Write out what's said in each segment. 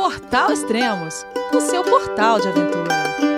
Portal Extremos, o seu portal de aventura.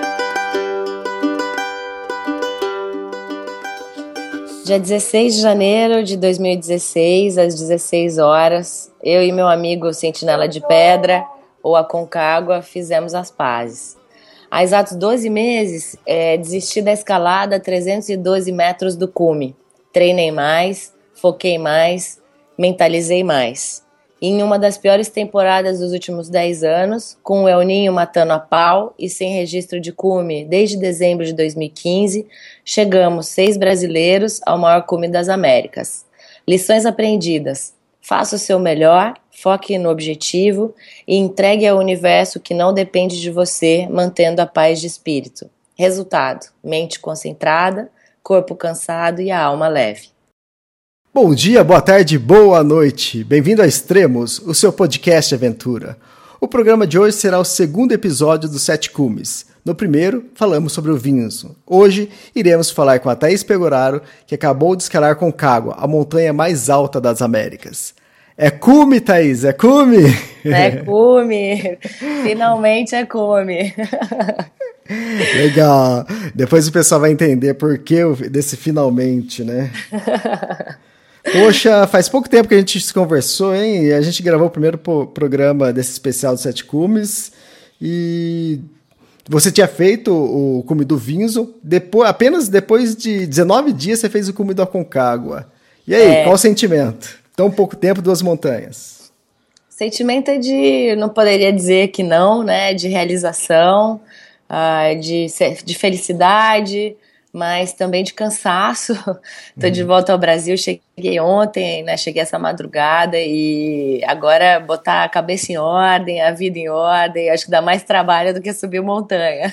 Dia 16 de janeiro de 2016, às 16 horas, eu e meu amigo Sentinela de Pedra, ou Aconcagua, fizemos as pazes. Há exatos 12 meses, desisti da escalada a 312 metros do cume. Treinei mais, foquei mais, mentalizei mais. E em uma das piores temporadas dos últimos 10 anos, com o El Niño matando a pau e sem registro de cume desde dezembro de 2015, chegamos 6 brasileiros ao maior cume das Américas. Lições aprendidas: faça o seu melhor, foque no objetivo e entregue ao universo que não depende de você, mantendo a paz de espírito. Resultado: mente concentrada, corpo cansado e a alma leve. Bom dia, boa tarde, boa noite. Bem-vindo a Extremos, o seu podcast de aventura. O programa de hoje será o segundo episódio dos 7 Cumes. No primeiro, falamos sobre o Vinson. Hoje, iremos falar com a Thaís Pegoraro, que acabou de escalar Aconcagua, a montanha mais alta das Américas. É cume, Thaís, é cume! É cume! Finalmente é cume! Legal! Depois o pessoal vai entender por que desse finalmente, né? Poxa, faz pouco tempo que a gente se conversou, hein? E a gente gravou o primeiro programa desse especial dos 7 Cumes. E você tinha feito o cume do Vinson. Apenas depois de 19 dias você fez o cume do Aconcagua. E aí, qual o sentimento? Tão pouco tempo, 2 montanhas. Sentimento é de, não poderia dizer que não, né? De realização, de felicidade, mas também de cansaço. Tô de volta ao Brasil, cheguei ontem, né? Cheguei essa madrugada e agora botar a cabeça em ordem, a vida em ordem, acho que dá mais trabalho do que subir montanha.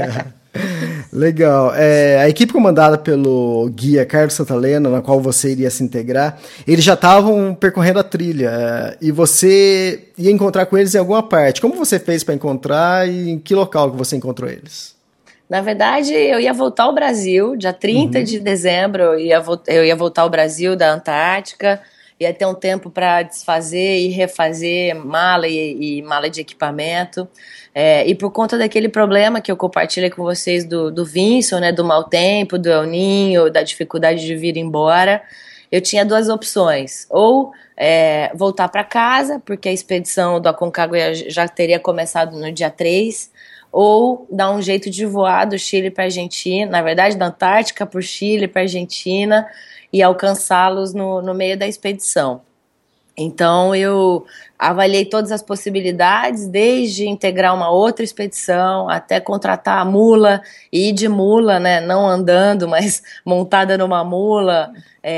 Legal. A equipe comandada pelo guia Carlos Santalena, na qual você iria se integrar, eles já estavam percorrendo a trilha e você ia encontrar com eles em alguma parte. Como você fez para encontrar e em que local que você encontrou eles? Na verdade, eu ia voltar ao Brasil, dia 30 de dezembro, eu ia voltar ao Brasil da Antártica, ia ter um tempo para desfazer e refazer mala e mala de equipamento. E por conta daquele problema que eu compartilhei com vocês do Vinson, né, do mau tempo, do El Niño, da dificuldade de vir embora, eu tinha 2 opções. Ou voltar para casa, porque a expedição do Aconcagua já teria começado no dia 3, ou dar um jeito de voar do Chile para a Argentina, na verdade da Antártica para o Chile, para a Argentina, e alcançá-los no meio da expedição. Então eu avaliei todas as possibilidades, desde integrar uma outra expedição, até contratar a mula, e ir de mula, né, não andando, mas montada numa mula,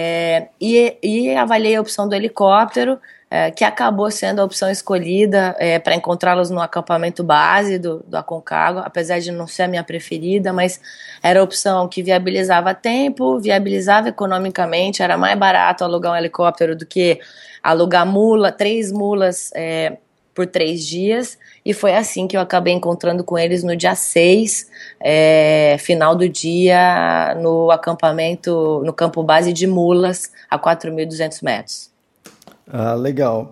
e avaliei a opção do helicóptero, que acabou sendo a opção escolhida para encontrá-los no acampamento base do Aconcagua, apesar de não ser a minha preferida, mas era a opção que viabilizava tempo, viabilizava economicamente, era mais barato alugar um helicóptero do que alugar 3 mulas por 3 dias, e foi assim que eu acabei encontrando com eles no dia 6, final do dia, no acampamento, no campo base de mulas, a 4.200 metros. Ah, legal.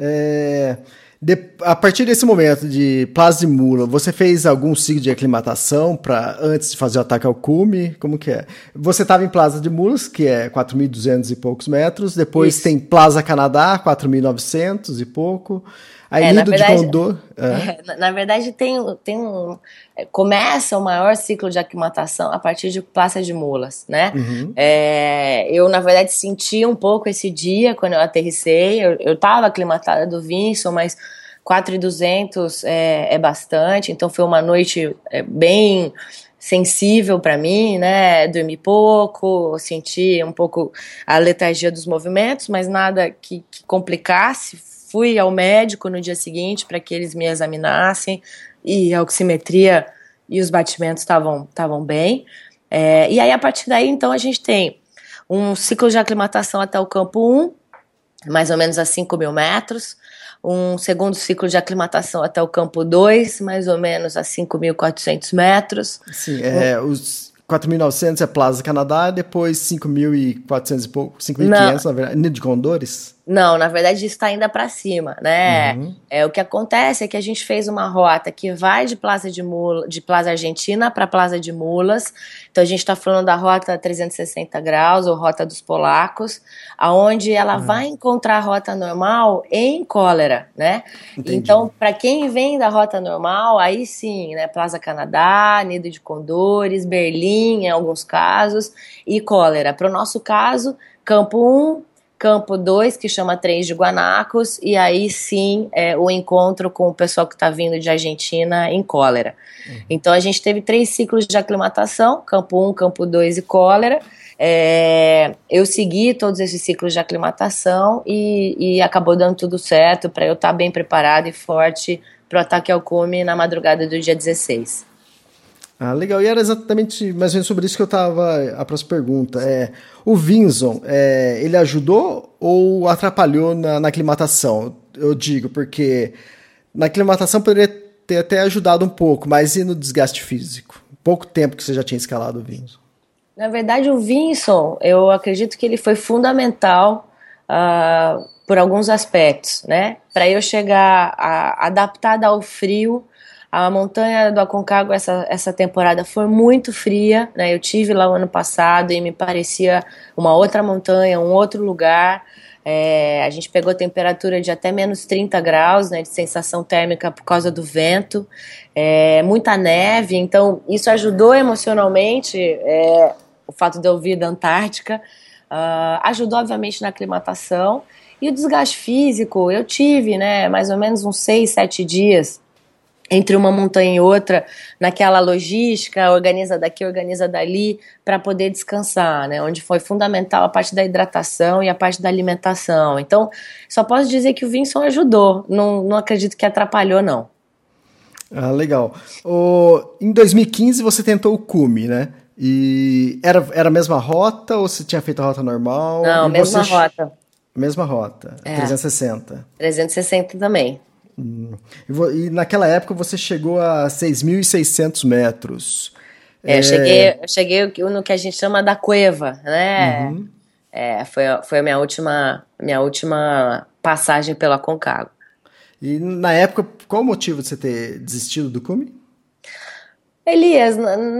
A partir desse momento de Plaza de Mula, você fez algum ciclo de aclimatação antes de fazer o ataque ao cume? Como que é? Você estava em Plaza de Mulas, que é 4.200 e poucos metros. Depois tem Plaza Canadá, 4.900 e pouco. Aí Nido de Condor... Na verdade, começa o maior ciclo de aclimatação a partir de Plaza de Mulas, né? Eu, na verdade, senti um pouco esse dia quando eu aterrissei. Eu estava aclimatada do Vinson, mas 4.200 é bastante. Então, foi uma noite bem sensível para mim, né? Dormi pouco, senti um pouco a letargia dos movimentos, mas nada que complicasse. Fui ao médico no dia seguinte para que eles me examinassem e a oximetria e os batimentos estavam bem. E aí, a partir daí, então, a gente tem um ciclo de aclimatação até o campo 1, mais ou menos a 5.000 metros. Um segundo ciclo de aclimatação até o campo 2, mais ou menos a 5.400 metros. Sim, os 4.900 é Plaza Canadá, depois 5.400 e pouco, 5.500 na verdade, Nido de Condores? Não, na verdade isso está ainda para cima, né? O que acontece é que a gente fez uma rota que vai de Plaza Argentina para Plaza de Mulas. Então a gente está falando da rota 360 graus ou rota dos polacos, aonde ela vai encontrar a rota normal em Cólera, né? Entendi. Então, para quem vem da rota normal, aí sim, né? Plaza Canadá, Nido de Condores, Berlim, em alguns casos, e Cólera. Para o nosso caso, Campo 1, Campo 2, que chama Trens de Guanacos, e aí sim o encontro com o pessoal que está vindo de Argentina em Cólera. Então a gente teve 3 ciclos de aclimatação, Campo 1, Campo 2 e Cólera. Eu segui todos esses ciclos de aclimatação e acabou dando tudo certo para eu estar bem preparado e forte para o ataque ao cume na madrugada do dia 16. Ah, legal. E era exatamente mais ou menos sobre isso que eu estava. A próxima pergunta. O Vinson, ele ajudou ou atrapalhou na aclimatação? Eu digo, porque na aclimatação poderia ter até ajudado um pouco, mas e no desgaste físico? Pouco tempo que você já tinha escalado o Vinson. Na verdade, o Vinson, eu acredito que ele foi fundamental por alguns aspectos, né? Para eu chegar adaptada ao frio. A montanha do Aconcagua essa temporada foi muito fria, né? Eu tive lá o ano passado e me parecia uma outra montanha, um outro lugar. A gente pegou temperatura de até menos 30 graus, né, de sensação térmica por causa do vento, muita neve, então isso ajudou emocionalmente, o fato de eu vir da Antártica, ajudou obviamente na aclimatação, e o desgaste físico eu tive, né, mais ou menos uns 6, 7 dias, entre uma montanha e outra, naquela logística, organiza daqui, organiza dali, para poder descansar, né? Onde foi fundamental a parte da hidratação e a parte da alimentação. Então, só posso dizer que o Vinson ajudou, não acredito que atrapalhou, não. Ah, legal. Em 2015 você tentou o cume, né? E era a mesma rota ou você tinha feito a rota normal? Não, mesma rota. Mesma rota, 360. 360 também. E naquela época você chegou a 6.600 metros. Eu cheguei no que a gente chama da cueva, né? Foi a minha última passagem pela Aconcagua. E na época, qual o motivo de você ter desistido do cume? Elias,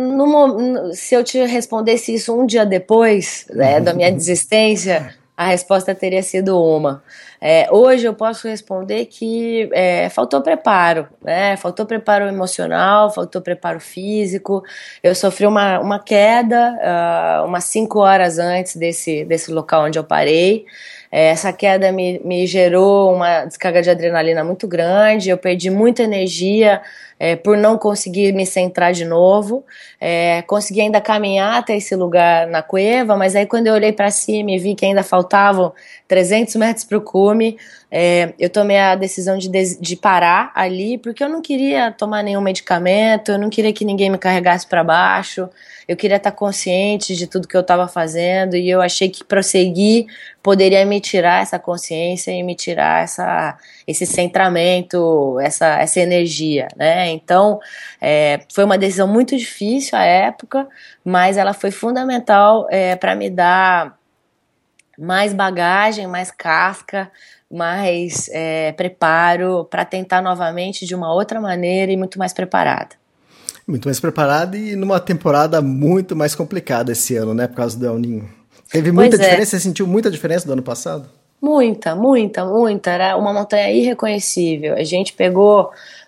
se eu te respondesse isso um dia depois, né, da minha desistência, a resposta teria sido uma. Hoje eu posso responder que faltou preparo, né? Faltou preparo emocional, faltou preparo físico. Eu sofri uma queda umas 5 horas antes desse local onde eu parei. Essa queda me gerou uma descarga de adrenalina muito grande, eu perdi muita energia por não conseguir me centrar de novo, consegui ainda caminhar até esse lugar na cueva, mas aí quando eu olhei para cima e vi que ainda faltavam 300 metros para o cume, eu tomei a decisão de parar ali, porque eu não queria tomar nenhum medicamento, eu não queria que ninguém me carregasse para baixo, eu queria estar consciente de tudo que eu estava fazendo, e eu achei que prosseguir poderia me tirar essa consciência e me tirar esse centramento, essa energia, né? Então, foi uma decisão muito difícil à época, mas ela foi fundamental para me dar mais bagagem, mais casca, mais preparo para tentar novamente de uma outra maneira e muito mais preparada. Muito mais preparada e numa temporada muito mais complicada esse ano, né? Por causa do El Niño. Teve muita diferença? Você sentiu muita diferença do ano passado? Muita. Era uma montanha irreconhecível. A gente pegou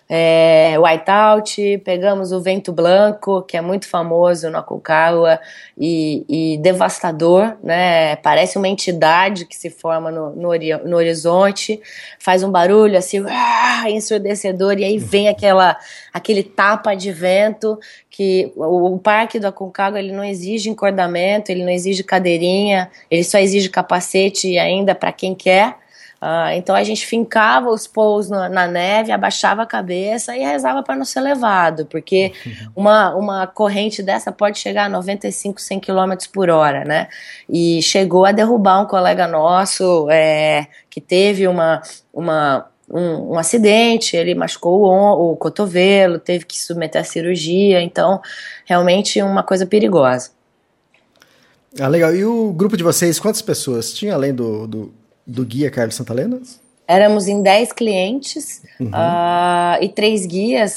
Whiteout, pegamos o Vento Blanco, que é muito famoso no Aconcagua e devastador, né? Parece uma entidade que se forma no horizonte, faz um barulho assim, ensurdecedor, e aí vem aquele tapa de vento, que o parque do Aconcagua, ele não exige encordamento, ele não exige cadeirinha, ele só exige capacete e ainda para quem quer. Então a gente fincava os poles na neve, abaixava a cabeça e rezava para não ser levado, porque uma corrente dessa pode chegar a 95, 100 km por hora, né? E chegou a derrubar um colega nosso que teve um acidente, ele machucou o cotovelo, teve que submeter a cirurgia, então realmente uma coisa perigosa. Legal. E o grupo de vocês, quantas pessoas tinha além do do guia Carlos Santalena? Éramos em 10 clientes e 3 guias,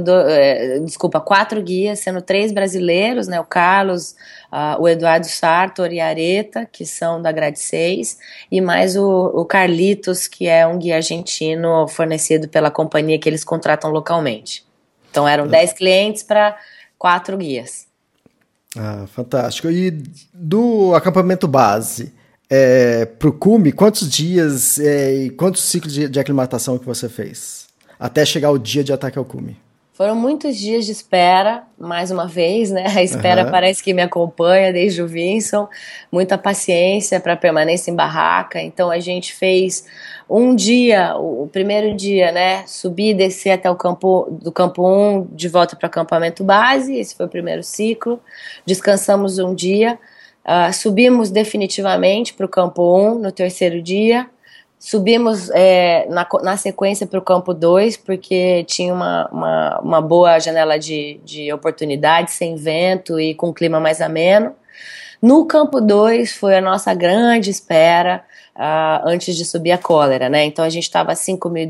quatro guias, sendo 3 brasileiros, né? O Carlos, o Eduardo Sartor e a Areta, que são da Grade 6, e mais o Carlitos, que é um guia argentino fornecido pela companhia que eles contratam localmente. Então eram 10 clientes para 4 guias. Fantástico. E do acampamento base para o cume, quantos dias e quantos ciclos de aclimatação que você fez? Até chegar o dia de ataque ao cume. Foram muitos dias de espera, mais uma vez, né? A espera parece que me acompanha desde o Vinson. Muita paciência para permanência em barraca. Então a gente fez um dia, o primeiro dia, né? Subir e descer até do campo 1, de volta para o acampamento base. Esse foi o primeiro ciclo. Descansamos um dia. Subimos definitivamente para o campo 1 no terceiro dia. Subimos na sequência para o campo 2, porque tinha uma boa janela de oportunidade, sem vento e com clima mais ameno. No campo 2 foi a nossa grande espera antes de subir a cólera, né? Então a gente estava a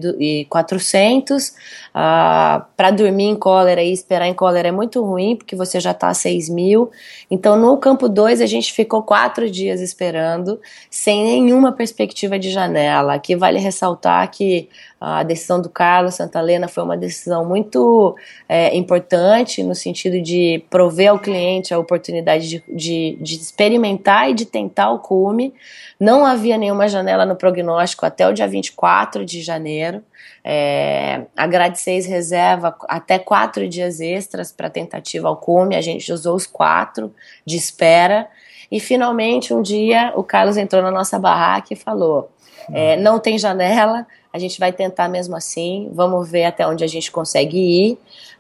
5.400. Para dormir em cólera e esperar em cólera é muito ruim, porque você já está a 6.000. Então no campo 2 a gente ficou 4 dias esperando, sem nenhuma perspectiva de janela. Aqui vale ressaltar que a decisão do Carlos Santalena foi uma decisão muito importante, no sentido de prover ao cliente a oportunidade de experimentar e de tentar o cume. Não havia nenhuma janela no prognóstico até o dia 24 de janeiro. A Grade 6 reserva até 4 dias extras para tentativa ao cume. A gente usou os 4 de espera. E finalmente um dia o Carlos entrou na nossa barraca e falou: não tem janela, a gente vai tentar mesmo assim, vamos ver até onde a gente consegue ir.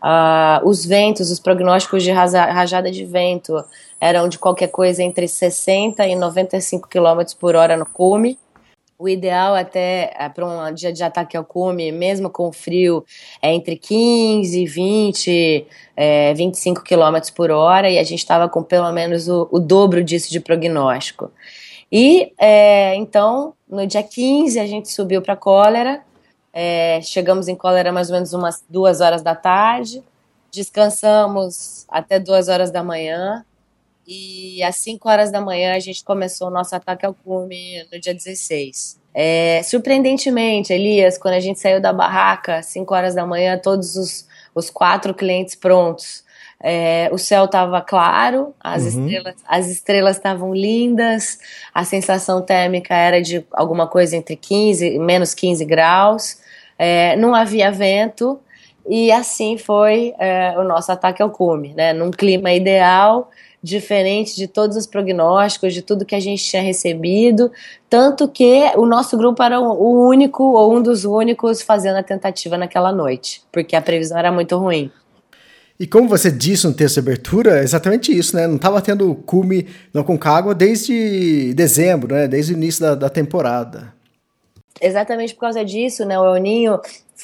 Os ventos, os prognósticos de rajada de vento eram de qualquer coisa entre 60 e 95 km por hora no cume. O ideal até para um dia de ataque ao cume, mesmo com frio, é entre 15, 20, 25 km por hora, e a gente estava com pelo menos o dobro disso de prognóstico. E então, no dia 15, a gente subiu para Cólera, chegamos em Cólera mais ou menos umas 2 horas da tarde, descansamos até 2 horas da manhã, e às 5 horas da manhã a gente começou o nosso ataque ao cume no dia 16. Surpreendentemente, Elias, quando a gente saiu da barraca, às 5 horas da manhã, todos os 4 clientes prontos. O céu estava claro, as estrelas estavam lindas, a sensação térmica era de alguma coisa entre menos 15 graus, não havia vento, e assim foi o nosso ataque ao cume, né? Num clima ideal, diferente de todos os prognósticos, de tudo que a gente tinha recebido, tanto que o nosso grupo era o único, ou um dos únicos, fazendo a tentativa naquela noite, porque a previsão era muito ruim. E como você disse no texto de abertura, é exatamente isso, né? Não estava tendo cume no Aconcagua desde dezembro, né? Desde o início da temporada. Exatamente por causa disso, né? O El Niño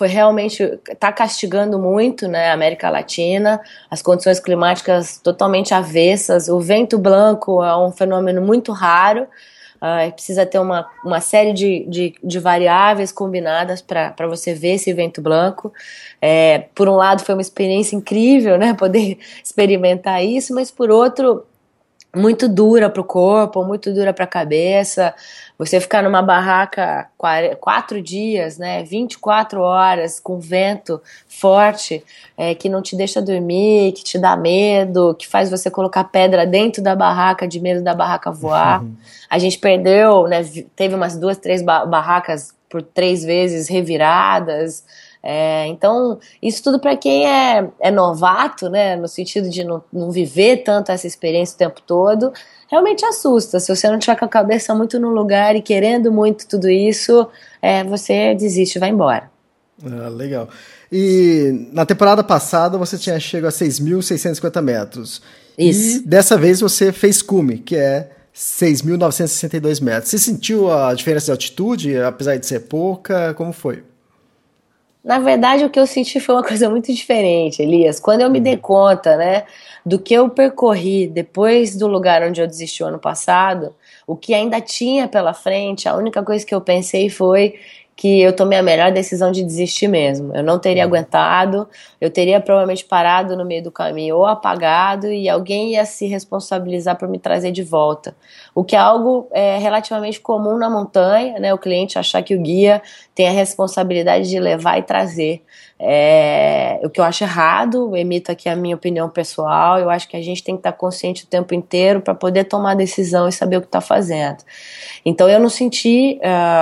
está castigando muito, né, a América Latina, as condições climáticas totalmente avessas, o vento branco é um fenômeno muito raro, precisa ter uma série de variáveis combinadas para você ver esse vento branco. Por um lado foi uma experiência incrível, né, poder experimentar isso, mas por outro, muito dura para o corpo, muito dura para a cabeça. Você ficar numa barraca 4 dias, né, 24 horas com vento forte, que não te deixa dormir, que te dá medo, que faz você colocar pedra dentro da barraca de medo da barraca voar. A gente perdeu, né, teve umas 2, 3 barracas por 3 vezes reviradas. Então, isso tudo para quem é novato, né, no sentido de não viver tanto essa experiência o tempo todo, realmente assusta. Se você não tiver com a cabeça muito no lugar e querendo muito tudo isso, você desiste e vai embora. Legal. E na temporada passada você tinha chegado a 6.650 metros. Isso. E dessa vez você fez cume, que é 6.962 metros. Você sentiu a diferença de altitude, apesar de ser pouca? Como foi? Na verdade, o que eu senti foi uma coisa muito diferente, Elias. Quando eu me dei conta, né, do que eu percorri depois do lugar onde eu desisti o ano passado, o que ainda tinha pela frente, a única coisa que eu pensei foi que eu tomei a melhor decisão de desistir mesmo. Eu não teria aguentado, eu teria provavelmente parado no meio do caminho ou apagado e alguém ia se responsabilizar por me trazer de volta. O que é algo relativamente comum na montanha, né? O cliente achar que o guia tem a responsabilidade de levar e trazer. O que eu acho errado, emito aqui a minha opinião pessoal, eu acho que a gente tem que estar consciente o tempo inteiro para poder tomar decisão e saber o que está fazendo. Então eu não senti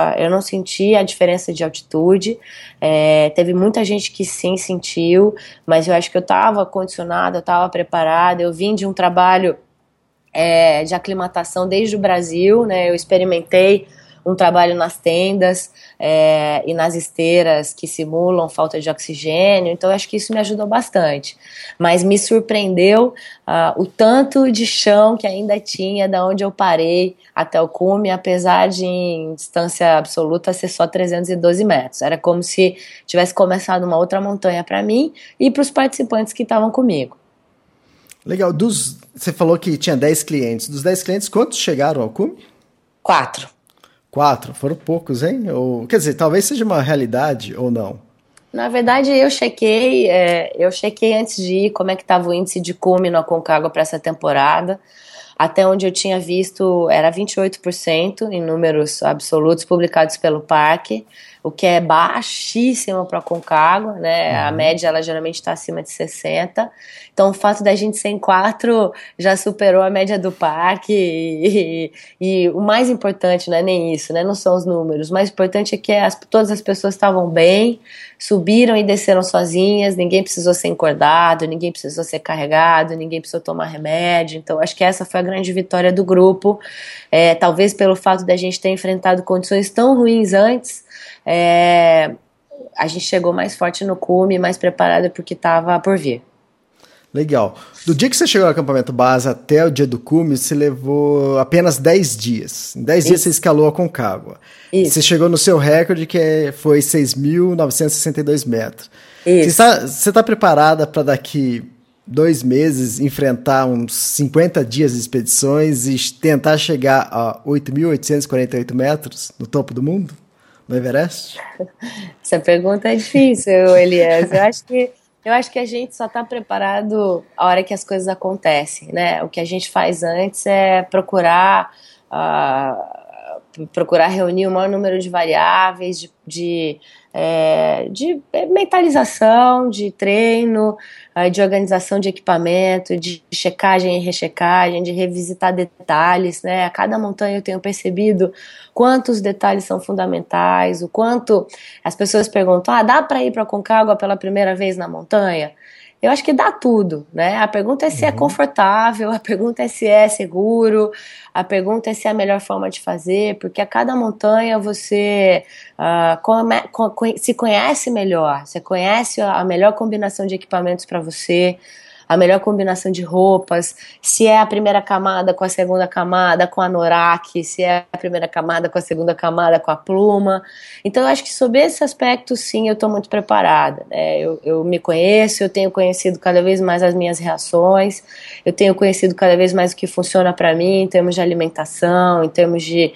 a diferença de altitude, teve muita gente que sim sentiu, mas eu acho que eu estava condicionada, eu estava preparada, eu vim de um trabalho de aclimatação desde o Brasil, né? Eu experimentei um trabalho nas tendas e nas esteiras que simulam falta de oxigênio, então eu acho que isso me ajudou bastante, mas me surpreendeu o tanto de chão que ainda tinha da onde eu parei até o cume, apesar de em distância absoluta ser só 312 metros, era como se tivesse começado uma outra montanha para mim e para os participantes que estavam comigo. Legal, você falou que tinha 10 clientes, dos 10 clientes, quantos chegaram ao cume? 4. 4? Foram poucos, hein? Quer dizer, talvez seja uma realidade ou não. Na verdade, eu chequei antes de ir como é que estava o índice de cume no Aconcagua para essa temporada. Até onde eu tinha visto era 28% em números absolutos publicados pelo parque, o que é baixíssimo para a Aconcagua, né? A média ela geralmente está acima de 60%. Então o fato da gente ser em 4 já superou a média do parque e o mais importante não é nem isso, né? Não são os números. O mais importante é que todas as pessoas estavam bem, subiram e desceram sozinhas, ninguém precisou ser encordado, ninguém precisou ser carregado, ninguém precisou tomar remédio. Então acho que essa foi a grande vitória do grupo, talvez pelo fato da gente ter enfrentado condições tão ruins antes, a gente chegou mais forte no cume, mais preparada porque estava por vir. Legal. Do dia que você chegou no acampamento base até o dia do cume, você levou apenas 10 dias. Em 10 dias você escalou a Aconcagua. Isso. Você chegou no seu recorde, que foi 6.962 metros. Isso. Você está preparada para daqui 2 meses enfrentar uns 50 dias de expedições e tentar chegar a 8.848 metros no topo do mundo? No Everest? Essa pergunta é difícil, Elias. Eu acho que a gente só está preparado a hora que as coisas acontecem, né? O que a gente faz antes é procurar reunir o maior número de variáveis, de mentalização, de treino, de organização de equipamento, de checagem e rechecagem, de revisitar detalhes, né? A cada montanha eu tenho percebido quantos detalhes são fundamentais, o quanto as pessoas perguntam, dá para ir para a Aconcagua pela primeira vez na montanha? Eu acho que dá tudo, né? A pergunta é se é confortável, a pergunta é se é seguro, a pergunta é se é a melhor forma de fazer, porque a cada montanha você se conhece melhor, você conhece a melhor combinação de equipamentos para você, a melhor combinação de roupas, se é a primeira camada com a segunda camada com a anorak, se é a primeira camada com a segunda camada com a pluma. Então eu acho que sobre esse aspecto sim eu estou muito preparada, né? Eu me conheço, eu tenho conhecido cada vez mais as minhas reações, eu tenho conhecido cada vez mais o que funciona para mim em termos de alimentação, em termos de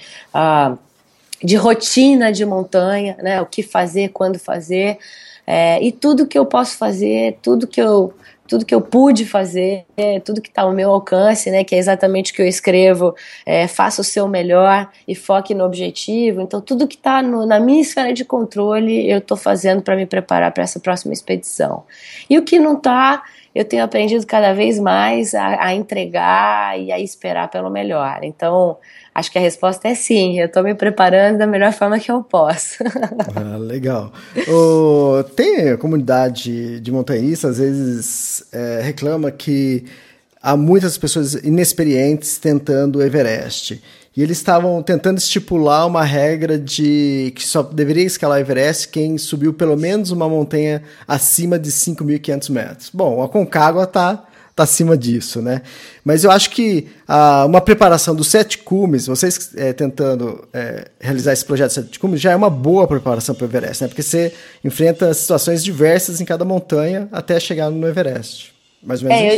rotina de montanha, né? O que fazer, quando fazer, e tudo que eu posso fazer, tudo que eu pude fazer, tudo que está ao meu alcance, né, que é exatamente o que eu escrevo, faça o seu melhor e foque no objetivo. Então tudo que está na minha esfera de controle eu estou fazendo para me preparar para essa próxima expedição. E o que não está, eu tenho aprendido cada vez mais a entregar e a esperar pelo melhor. Então acho que a resposta é sim, eu estou me preparando da melhor forma que eu posso. Legal. Tem a comunidade de montanhistas, às vezes reclama que há muitas pessoas inexperientes tentando o Everest. E eles estavam tentando estipular uma regra de que só deveria escalar o Everest quem subiu pelo menos uma montanha acima de 5.500 metros. Bom, a Aconcagua está acima disso, né? Mas eu acho que uma preparação dos 7 cumes, vocês tentando realizar esse projeto de 7 cumes, já é uma boa preparação para o Everest, né? Porque você enfrenta situações diversas em cada montanha até chegar no Everest. Mais ou menos isso?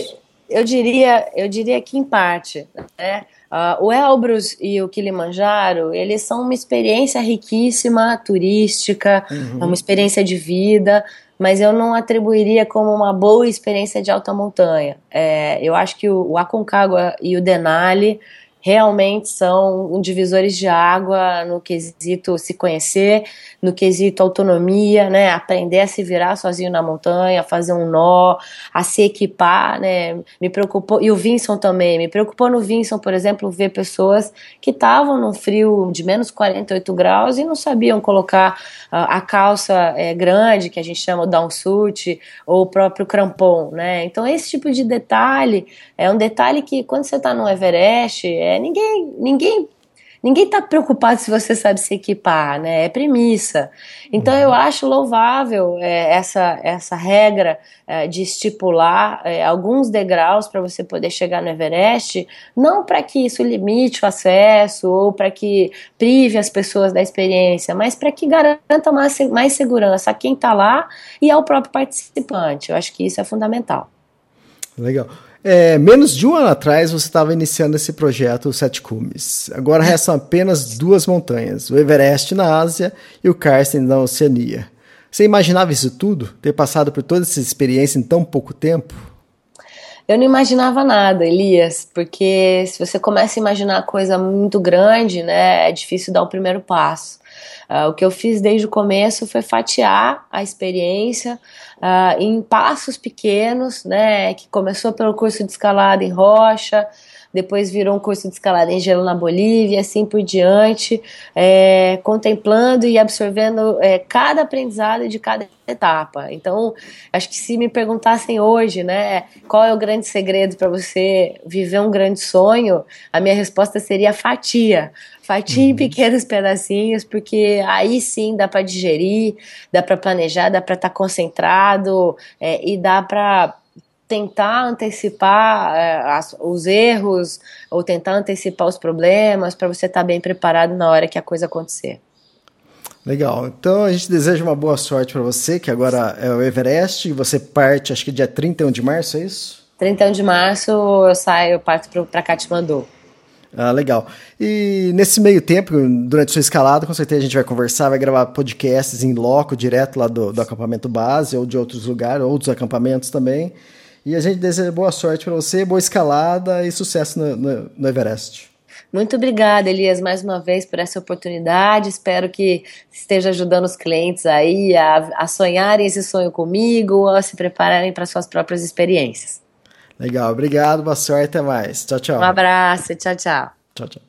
Eu diria que em parte, né? O Elbrus e o Kilimanjaro, eles são uma experiência riquíssima, turística, é uma experiência de vida, mas eu não atribuiria como uma boa experiência de alta montanha. Eu acho que o Aconcagua e o Denali realmente são divisores de água no quesito se conhecer, no quesito autonomia, né, aprender a se virar sozinho na montanha, a fazer um nó, a se equipar, né, me preocupou, e o Vinson também, me preocupou no Vinson, por exemplo, ver pessoas que estavam num frio de menos 48 graus e não sabiam colocar a calça grande, que a gente chama downsuit, ou o próprio crampon, né, então esse tipo de detalhe é um detalhe que quando você está no Everest, ninguém está preocupado se você sabe se equipar, né? É premissa. Então eu acho louvável essa regra de estipular alguns degraus para você poder chegar no Everest, não para que isso limite o acesso ou para que prive as pessoas da experiência, mas para que garanta mais segurança a quem está lá e ao próprio participante. Eu acho que isso é fundamental. Legal. Menos de um ano atrás você estava iniciando esse projeto, os Sete Cumes. Agora restam apenas 2 montanhas, o Everest na Ásia e o Carsten na Oceania. Você imaginava isso tudo? Ter passado por toda essa experiência em tão pouco tempo? Eu não imaginava nada, Elias, porque se você começa a imaginar coisa muito grande, né, é difícil dar o primeiro passo. O que eu fiz desde o começo foi fatiar a experiência em passos pequenos, né, que começou pelo curso de escalada em rocha, depois virou um curso de escalada em gelo na Bolívia, assim por diante, contemplando e absorvendo cada aprendizado de cada etapa. Então, acho que se me perguntassem hoje, né, qual é o grande segredo para você viver um grande sonho, a minha resposta seria fatia em pequenos pedacinhos, porque aí sim dá para digerir, dá para planejar, dá para estar concentrado e dá para tentar antecipar os erros ou tentar antecipar os problemas para você estar bem preparado na hora que a coisa acontecer. Legal, então a gente deseja uma boa sorte para você, que agora é o Everest, e você parte, acho que dia 31 de março, é isso? 31 de março eu parto para Katmandu. Ah, legal. E nesse meio tempo, durante sua escalada, com certeza a gente vai conversar, vai gravar podcasts em loco, direto lá do acampamento base, ou de outros lugares, outros acampamentos também. E a gente deseja boa sorte para você, boa escalada e sucesso no Everest. Muito obrigada, Elias, mais uma vez por essa oportunidade. Espero que esteja ajudando os clientes aí a sonharem esse sonho comigo, a se prepararem para suas próprias experiências. Legal, obrigado, boa sorte, até mais. Tchau, tchau. Um abraço, tchau, tchau. Tchau, tchau.